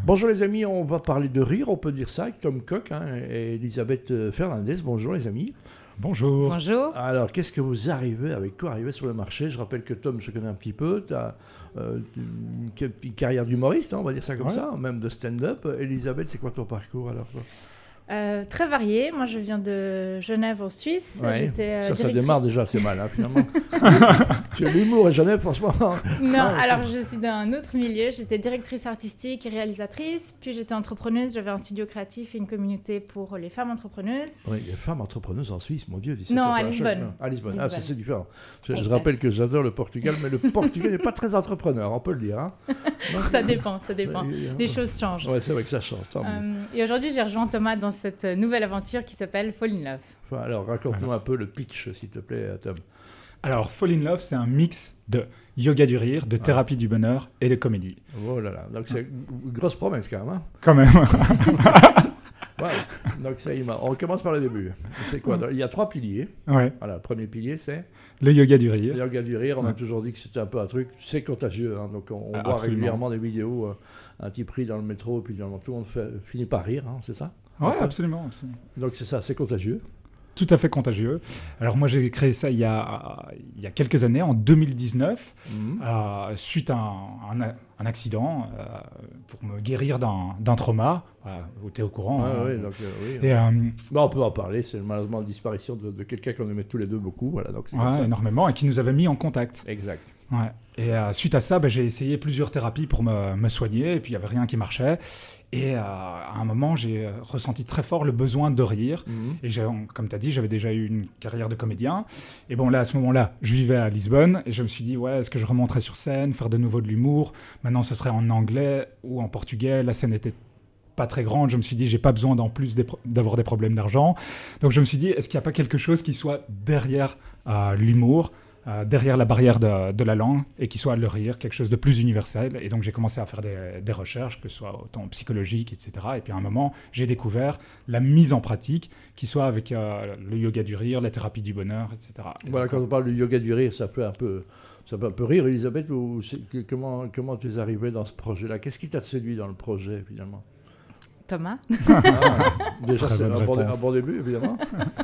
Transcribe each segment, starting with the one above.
Bonjour les amis, on va parler de rire, on peut dire ça, avec Tom Cook et Elisabeth Fernandez. Bonjour les amis. Bonjour. Bonjour. Alors, qu'est-ce que vous avec quoi arriver sur le marché? Je rappelle que Tom, je connais un petit peu, tu as une carrière d'humoriste, on va dire ça comme ça, même de stand-up. Elisabeth, c'est quoi ton parcours alors? Très varié. Moi, je viens de Genève en Suisse. Ouais. J'étais Ça démarre déjà assez mal, finalement. Tu as l'humour à Genève, franchement. Non, alors je suis d'un autre milieu. J'étais directrice artistique et réalisatrice. Puis j'étais entrepreneuse. J'avais un studio créatif et une communauté pour les femmes entrepreneuses. Oui, les femmes entrepreneuses en Suisse, mon Dieu. Non, à Lisbonne. À Lisbonne. Ah, ça c'est différent. Je rappelle que j'adore le Portugal, mais le Portugal n'est pas très entrepreneur, on peut le dire. Donc, ça dépend. Les choses changent. Oui, c'est vrai que ça change. Et aujourd'hui, j'ai rejoint Thomas dans cette nouvelle aventure qui s'appelle Fall in Love. Alors, raconte-nous un peu le pitch, s'il te plaît, Tom. Alors, Fall in Love, c'est un mix de yoga du rire, de thérapie du bonheur et de comédie. Oh là là, donc c'est une grosse promesse quand même. Quand même. Wow. Donc ça y est, on commence par le début. C'est quoi? Il y a 3 piliers. Ouais. Voilà, le premier pilier, c'est le yoga du rire. Le yoga du rire, on a toujours dit que c'était un peu un truc, c'est contagieux. Donc on voit régulièrement des vidéos, un type rit dans le métro, puis tout le monde finit par rire, c'est ça? Oui, absolument. Donc c'est ça, c'est contagieux. Tout à fait contagieux. Alors moi, j'ai créé ça il y a quelques années, en 2019, suite à un accident, pour me guérir d'un trauma. Tu es au courant. Oui, donc, oui. Et, on peut en parler, c'est malheureusement la disparition de quelqu'un qu'on aimait tous les deux beaucoup. Voilà, donc énormément, et qui nous avait mis en contact. Exact. Ouais. Et suite à ça, j'ai essayé plusieurs thérapies pour me soigner, et puis il n'y avait rien qui marchait. Et à un moment, j'ai ressenti très fort le besoin de rire. Et comme tu as dit, j'avais déjà eu une carrière de comédien. Et bon, là, à ce moment-là, je vivais à Lisbonne. Et je me suis dit, est-ce que je remonterais sur scène, faire de nouveau de l'humour? Maintenant, ce serait en anglais ou en portugais. La scène était pas très grande. Je me suis dit, j'ai pas besoin d'en plus d'avoir des problèmes d'argent. Donc, je me suis dit, est-ce qu'il n'y a pas quelque chose qui soit derrière l'humour, derrière la barrière de la langue, et qui soit le rire, quelque chose de plus universel. Et donc j'ai commencé à faire des recherches, que ce soit autant psychologiques, etc. Et puis à un moment, j'ai découvert la mise en pratique, qui soit avec le yoga du rire, la thérapie du bonheur, etc. Et voilà, quand on parle du yoga du rire, ça peut un peu rire, Elisabeth, ou comment tu es arrivée dans ce projet-là? Qu'est-ce qui t'a séduit dans le projet, finalement? Thomas. Déjà, c'est un bon début, évidemment.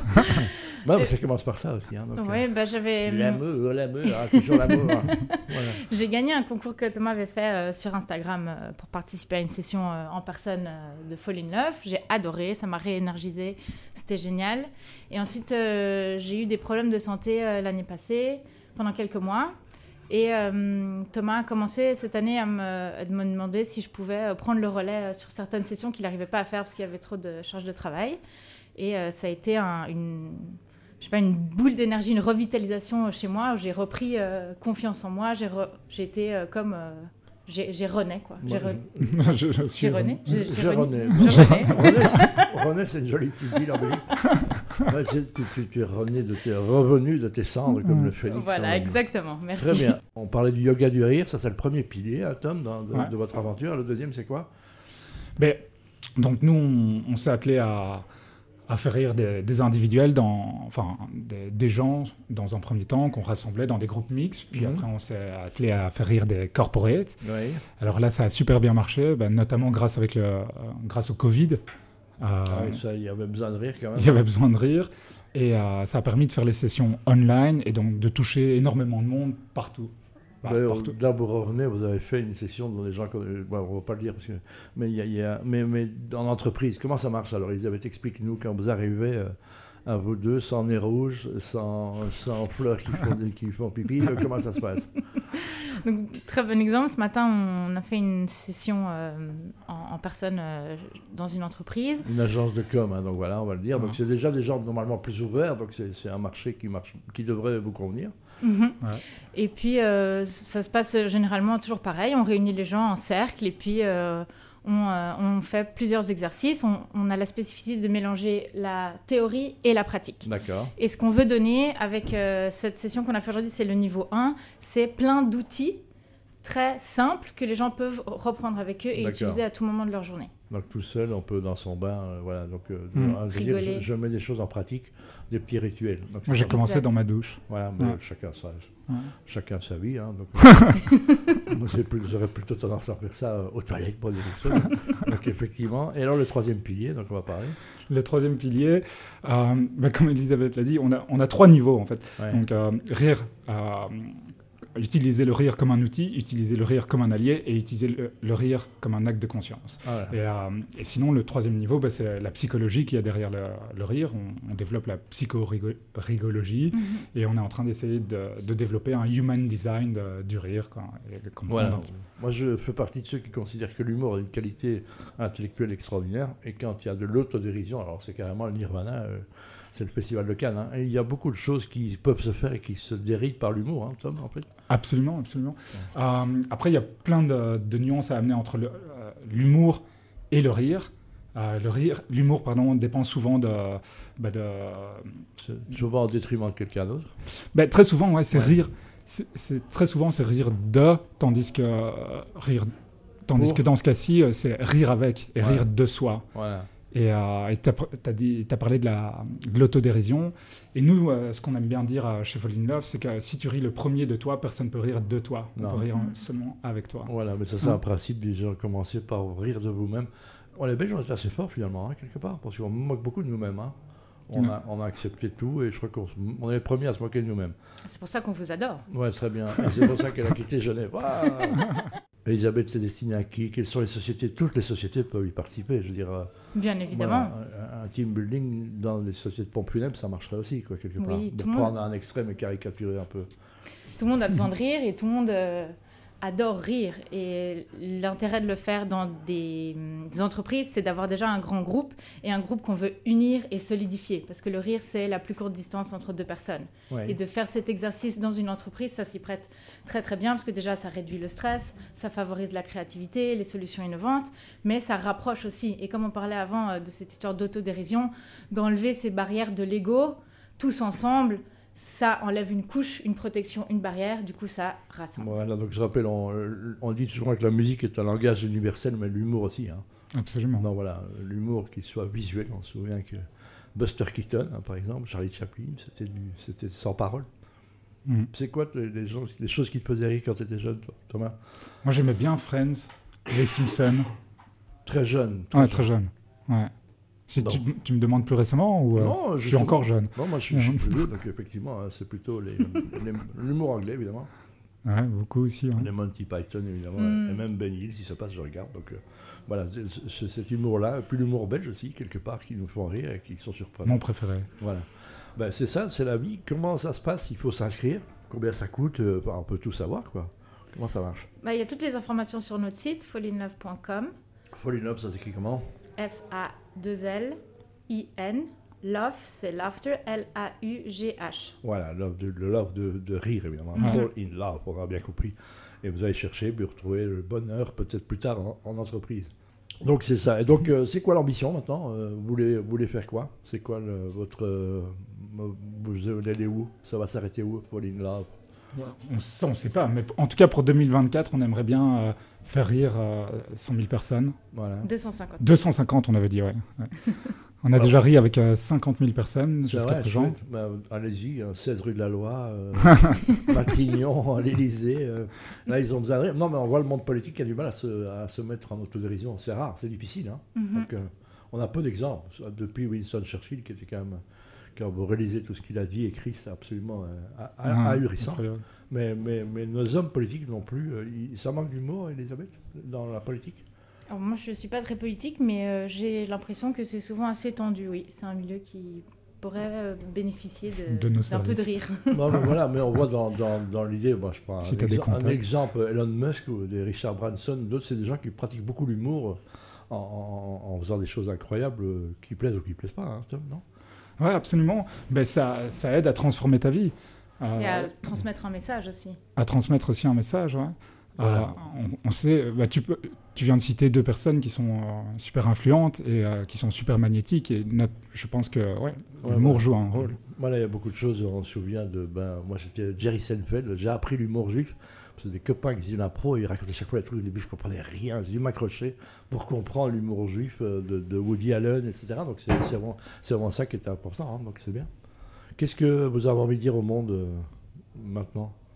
Ça commence par ça aussi. Oui, j'avais... L'amour, toujours l'amour. Voilà. J'ai gagné un concours que Thomas avait fait sur Instagram pour participer à une session en personne de Fall in Love. J'ai adoré, ça m'a réénergisée, c'était génial. Et ensuite, j'ai eu des problèmes de santé l'année passée, pendant quelques mois. Et Thomas a commencé cette année à me demander si je pouvais prendre le relais sur certaines sessions qu'il n'arrivait pas à faire parce qu'il y avait trop de charge de travail. Et ça a été une boule d'énergie, une revitalisation chez moi où j'ai repris confiance en moi. J'ai été comme... J'ai rené, quoi. J'ai rené. René, c'est une jolie petite ville en Belgique. Tu es revenu de tes cendres comme le phénix. Voilà, exactement. Merci. Très bien. On parlait du yoga du rire. Ça, c'est le premier pilier, Tom, de votre aventure. Le deuxième, c'est quoi? Donc, nous, on s'est attelé à faire rire des individuels, des gens, dans un premier temps, qu'on rassemblait dans des groupes mixtes. Puis après, on s'est attelé à faire rire des corporates. Oui. Alors là, ça a super bien marché, notamment grâce au Covid. Ça, il y avait besoin de rire quand même. Il y avait besoin de rire. Et ça a permis de faire les sessions online et donc de toucher énormément de monde partout. Là, vous revenez, vous avez fait une session dans les gens, on ne va pas le dire, mais dans l'entreprise, comment ça marche alors? Elisabeth, explique-nous quand vous arrivez à vous deux, sans nez rouge, sans fleurs qui font pipi, comment ça se passe? Donc, très bon exemple, ce matin on a fait une session en personne dans une entreprise. Une agence de com, donc voilà, on va le dire. Donc c'est déjà des gens normalement plus ouverts, donc c'est un marché qui devrait vous convenir. Et puis ça se passe généralement toujours pareil, on réunit les gens en cercle et puis on fait plusieurs exercices, on a la spécificité de mélanger la théorie et la pratique. D'accord. Et ce qu'on veut donner avec cette session qu'on a fait aujourd'hui, c'est le niveau 1, c'est plein d'outils très simples que les gens peuvent reprendre avec eux et utiliser à tout moment de leur journée. Donc tout seul, on peut dans son bain, voilà. Donc je mets des choses en pratique, des petits rituels. Donc, moi j'ai commencé dans ma douche. Voilà, chacun sa vie. Donc, Moi, j'aurais plutôt tendance à faire ça aux toilettes pour dire quelque chose. Donc, effectivement. Et alors, le troisième pilier, donc on va parler. Le troisième pilier, comme Elisabeth l'a dit, on a 3 niveaux en fait. Ouais. Donc, rire, utiliser le rire comme un outil, utiliser le rire comme un allié et utiliser le rire comme un acte de conscience. Ah, voilà. Et sinon, le troisième niveau, c'est la psychologie qu'il y a derrière le rire. On développe la psychorigologie et on est en train d'essayer de développer un human design du rire. Voilà. Moi, je fais partie de ceux qui considèrent que l'humour a une qualité intellectuelle extraordinaire et quand il y a de l'autodérision, alors c'est carrément le nirvana, c'est le festival de Cannes. Et il y a beaucoup de choses qui peuvent se faire et qui se dérident par l'humour, hein, Tom, en fait. Absolument, absolument. Ouais. Après, il y a plein de nuances à amener entre l'humour et le rire. L'humour, dépend souvent souvent au détriment de quelqu'un d'autre. Très souvent, ouais, c'est rire. Très souvent, c'est rire tandis que dans ce cas-ci, c'est rire avec et rire de soi. Voilà. Et t'as parlé de l'autodérision. Et nous, ce qu'on aime bien dire chez Fall in Love, c'est que si tu ris le premier de toi, personne ne peut rire de toi. On peut rire seulement avec toi. Voilà, mais ça, c'est un principe déjà. Commencer par rire de vous-même. Les Belges, on est assez forts finalement, hein, quelque part, parce qu'on moque beaucoup de nous-mêmes. Hein. On a accepté tout et je crois qu'on est les premiers à se moquer de nous-mêmes. C'est pour ça qu'on vous adore. Ouais, très bien. Et c'est pour ça qu'elle a quitté Genève. Elisabeth, c'est destiné à qui? Quelles sont les sociétés? Toutes les sociétés peuvent y participer. Je veux dire, bien évidemment. Un team building dans les sociétés de pompes funèbres, ça marcherait aussi, quoi, quelque part. De prendre un extrême et caricaturer un peu. Tout le monde a besoin de rire et tout le monde adore rire. Et l'intérêt de le faire dans des entreprises, c'est d'avoir déjà un grand groupe et un groupe qu'on veut unir et solidifier. Parce que le rire, c'est la plus courte distance entre deux personnes. Ouais. Et de faire cet exercice dans une entreprise, ça s'y prête très très bien parce que déjà, ça réduit le stress, ça favorise la créativité, les solutions innovantes, mais ça rapproche aussi. Et comme on parlait avant de cette histoire d'autodérision, d'enlever ces barrières de l'ego, tous ensemble, ça enlève une couche, une protection, une barrière, du coup ça rassemble. Voilà, donc je rappelle, on dit souvent que la musique est un langage universel, mais l'humour aussi. Hein. Absolument. Donc voilà, l'humour qui soit visuel, on se souvient que Buster Keaton, hein, par exemple, Charlie Chaplin, c'était sans parole. C'est quoi les choses qui te faisaient rire quand tu étais jeune, toi, Thomas? Moi j'aimais bien Friends, les Simpsons. Très jeune. Très jeune. Ouais. Si tu me demandes plus récemment ou non, je suis encore jeune? Non, moi je suis plus vieux, donc effectivement, c'est plutôt l'humour anglais, évidemment. Ouais, beaucoup aussi. Ouais. Les Monty Python, évidemment, et même Ben Hill, si ça passe, je regarde. Donc voilà, cet humour-là, et puis l'humour belge aussi, quelque part, qui nous font rire et qui sont surprenants. Mon préféré. Voilà. C'est ça, c'est la vie. Comment ça se passe? Il faut s'inscrire. Combien ça coûte? On peut tout savoir, quoi. Comment ça marche? Il y a toutes les informations sur notre site, fallinlove.com. Fall in Love, ça s'écrit comment? F-A-2-L-I-N. Love, c'est laughter, L-A-U-G-H. Voilà, le love de rire, évidemment. Fall in Love, on a bien compris. Et vous allez chercher, puis retrouver le bonheur, peut-être plus tard, en entreprise. Donc, c'est ça. Et donc, c'est quoi l'ambition, maintenant? Vous voulez faire quoi? C'est quoi votre... vous allez aller où? Ça va s'arrêter où, Fall in Love? On ne sait pas, mais en tout cas, pour 2024, on aimerait bien faire rire 100 000 personnes. Voilà. 250. 250, on avait dit, ouais. On a déjà ri avec 50 000 personnes jusqu'à présent. Allez-y, 16 rue de la Loi, Matignon, l'Élysée. Là, ils ont besoin de rire. Non, mais on voit le monde politique qui a du mal à se mettre en autodérision. C'est rare, c'est difficile. Hein. Donc, on a peu d'exemples. Depuis Winston Churchill, qui était quand même... Quand vous réalisez tout ce qu'il a dit, écrit, c'est absolument ahurissant. Mais nos hommes politiques non plus. Ça manque d'humour, Elisabeth, dans la politique? Alors moi, je ne suis pas très politique, mais j'ai l'impression que c'est souvent assez tendu, oui. C'est un milieu qui pourrait bénéficier d'un peu de rire. Non, mais voilà, mais on voit dans l'idée, moi je prends un exemple, Elon Musk ou des Richard Branson, d'autres, c'est des gens qui pratiquent beaucoup l'humour en faisant des choses incroyables qui plaisent ou qui ne plaisent pas, hein, Tom, non? Oui, absolument. Ben, ça aide à transformer ta vie. Et à transmettre un message aussi. À transmettre aussi un message, ouais. Voilà. On sait, tu viens de citer 2 personnes qui sont super influentes et qui sont super magnétiques. Et je pense que l'humour joue un rôle. Voilà, il y a beaucoup de choses. On se souvient moi, j'étais Jerry Seinfeld. J'ai appris l'humour juif. C'est des copains qui faisaient l'impro, ils racontaient chaque fois des trucs. Au début, je ne comprenais rien. J'ai dû m'accrocher pour comprendre l'humour juif de Woody Allen, etc. Donc, c'est vraiment ça qui était important. Hein, donc, c'est bien. Qu'est-ce que vous avez envie de dire au monde maintenant?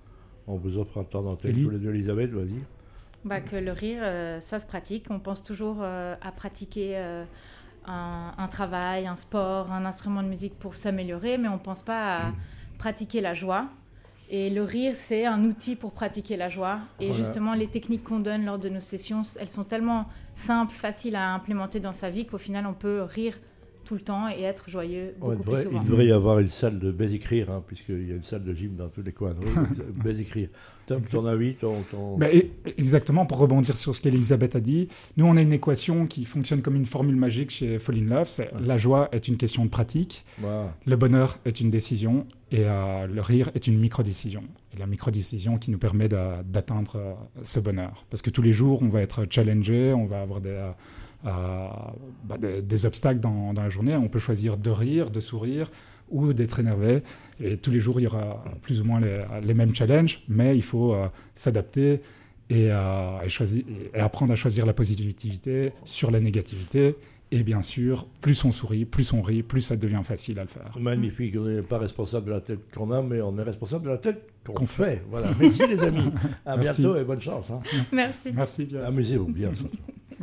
On vous offre un temps d'antenne Élie. tous les deux, Elisabeth, vas-y. Que le rire, ça se pratique. On pense toujours à pratiquer un travail, un sport, un instrument de musique pour s'améliorer, mais on ne pense pas à pratiquer la joie. Et le rire, c'est un outil pour pratiquer la joie. Et justement, les techniques qu'on donne lors de nos sessions, elles sont tellement simples, faciles à implémenter dans sa vie qu'au final, on peut rire tout le temps et être joyeux beaucoup plus souvent. Il devrait y avoir une salle de baise-écrire, hein, puisqu'il y a une salle de gym dans tous les coins. Baise-écrire. Ton avis, exactement, pour rebondir sur ce qu'Elisabeth a dit, nous, on a une équation qui fonctionne comme une formule magique chez Fall in Love. C'est la joie est une question de pratique, le bonheur est une décision et le rire est une micro-décision. Et la micro-décision qui nous permet d'atteindre ce bonheur. Parce que tous les jours, on va être challengé, on va avoir des obstacles dans la journée. On peut choisir de rire, de sourire ou d'être énervé. Et tous les jours, il y aura plus ou moins les mêmes challenges, mais il faut s'adapter et apprendre à choisir la positivité sur la négativité. Et bien sûr, plus on sourit, plus on rit, plus ça devient facile à le faire. Magnifique, on n'est pas responsable de la tête qu'on a, mais on est responsable de la tête qu'on fait. Voilà. Merci les amis, à bientôt et bonne chance. Hein. Merci. Merci bien. Amusez-vous bien surtout.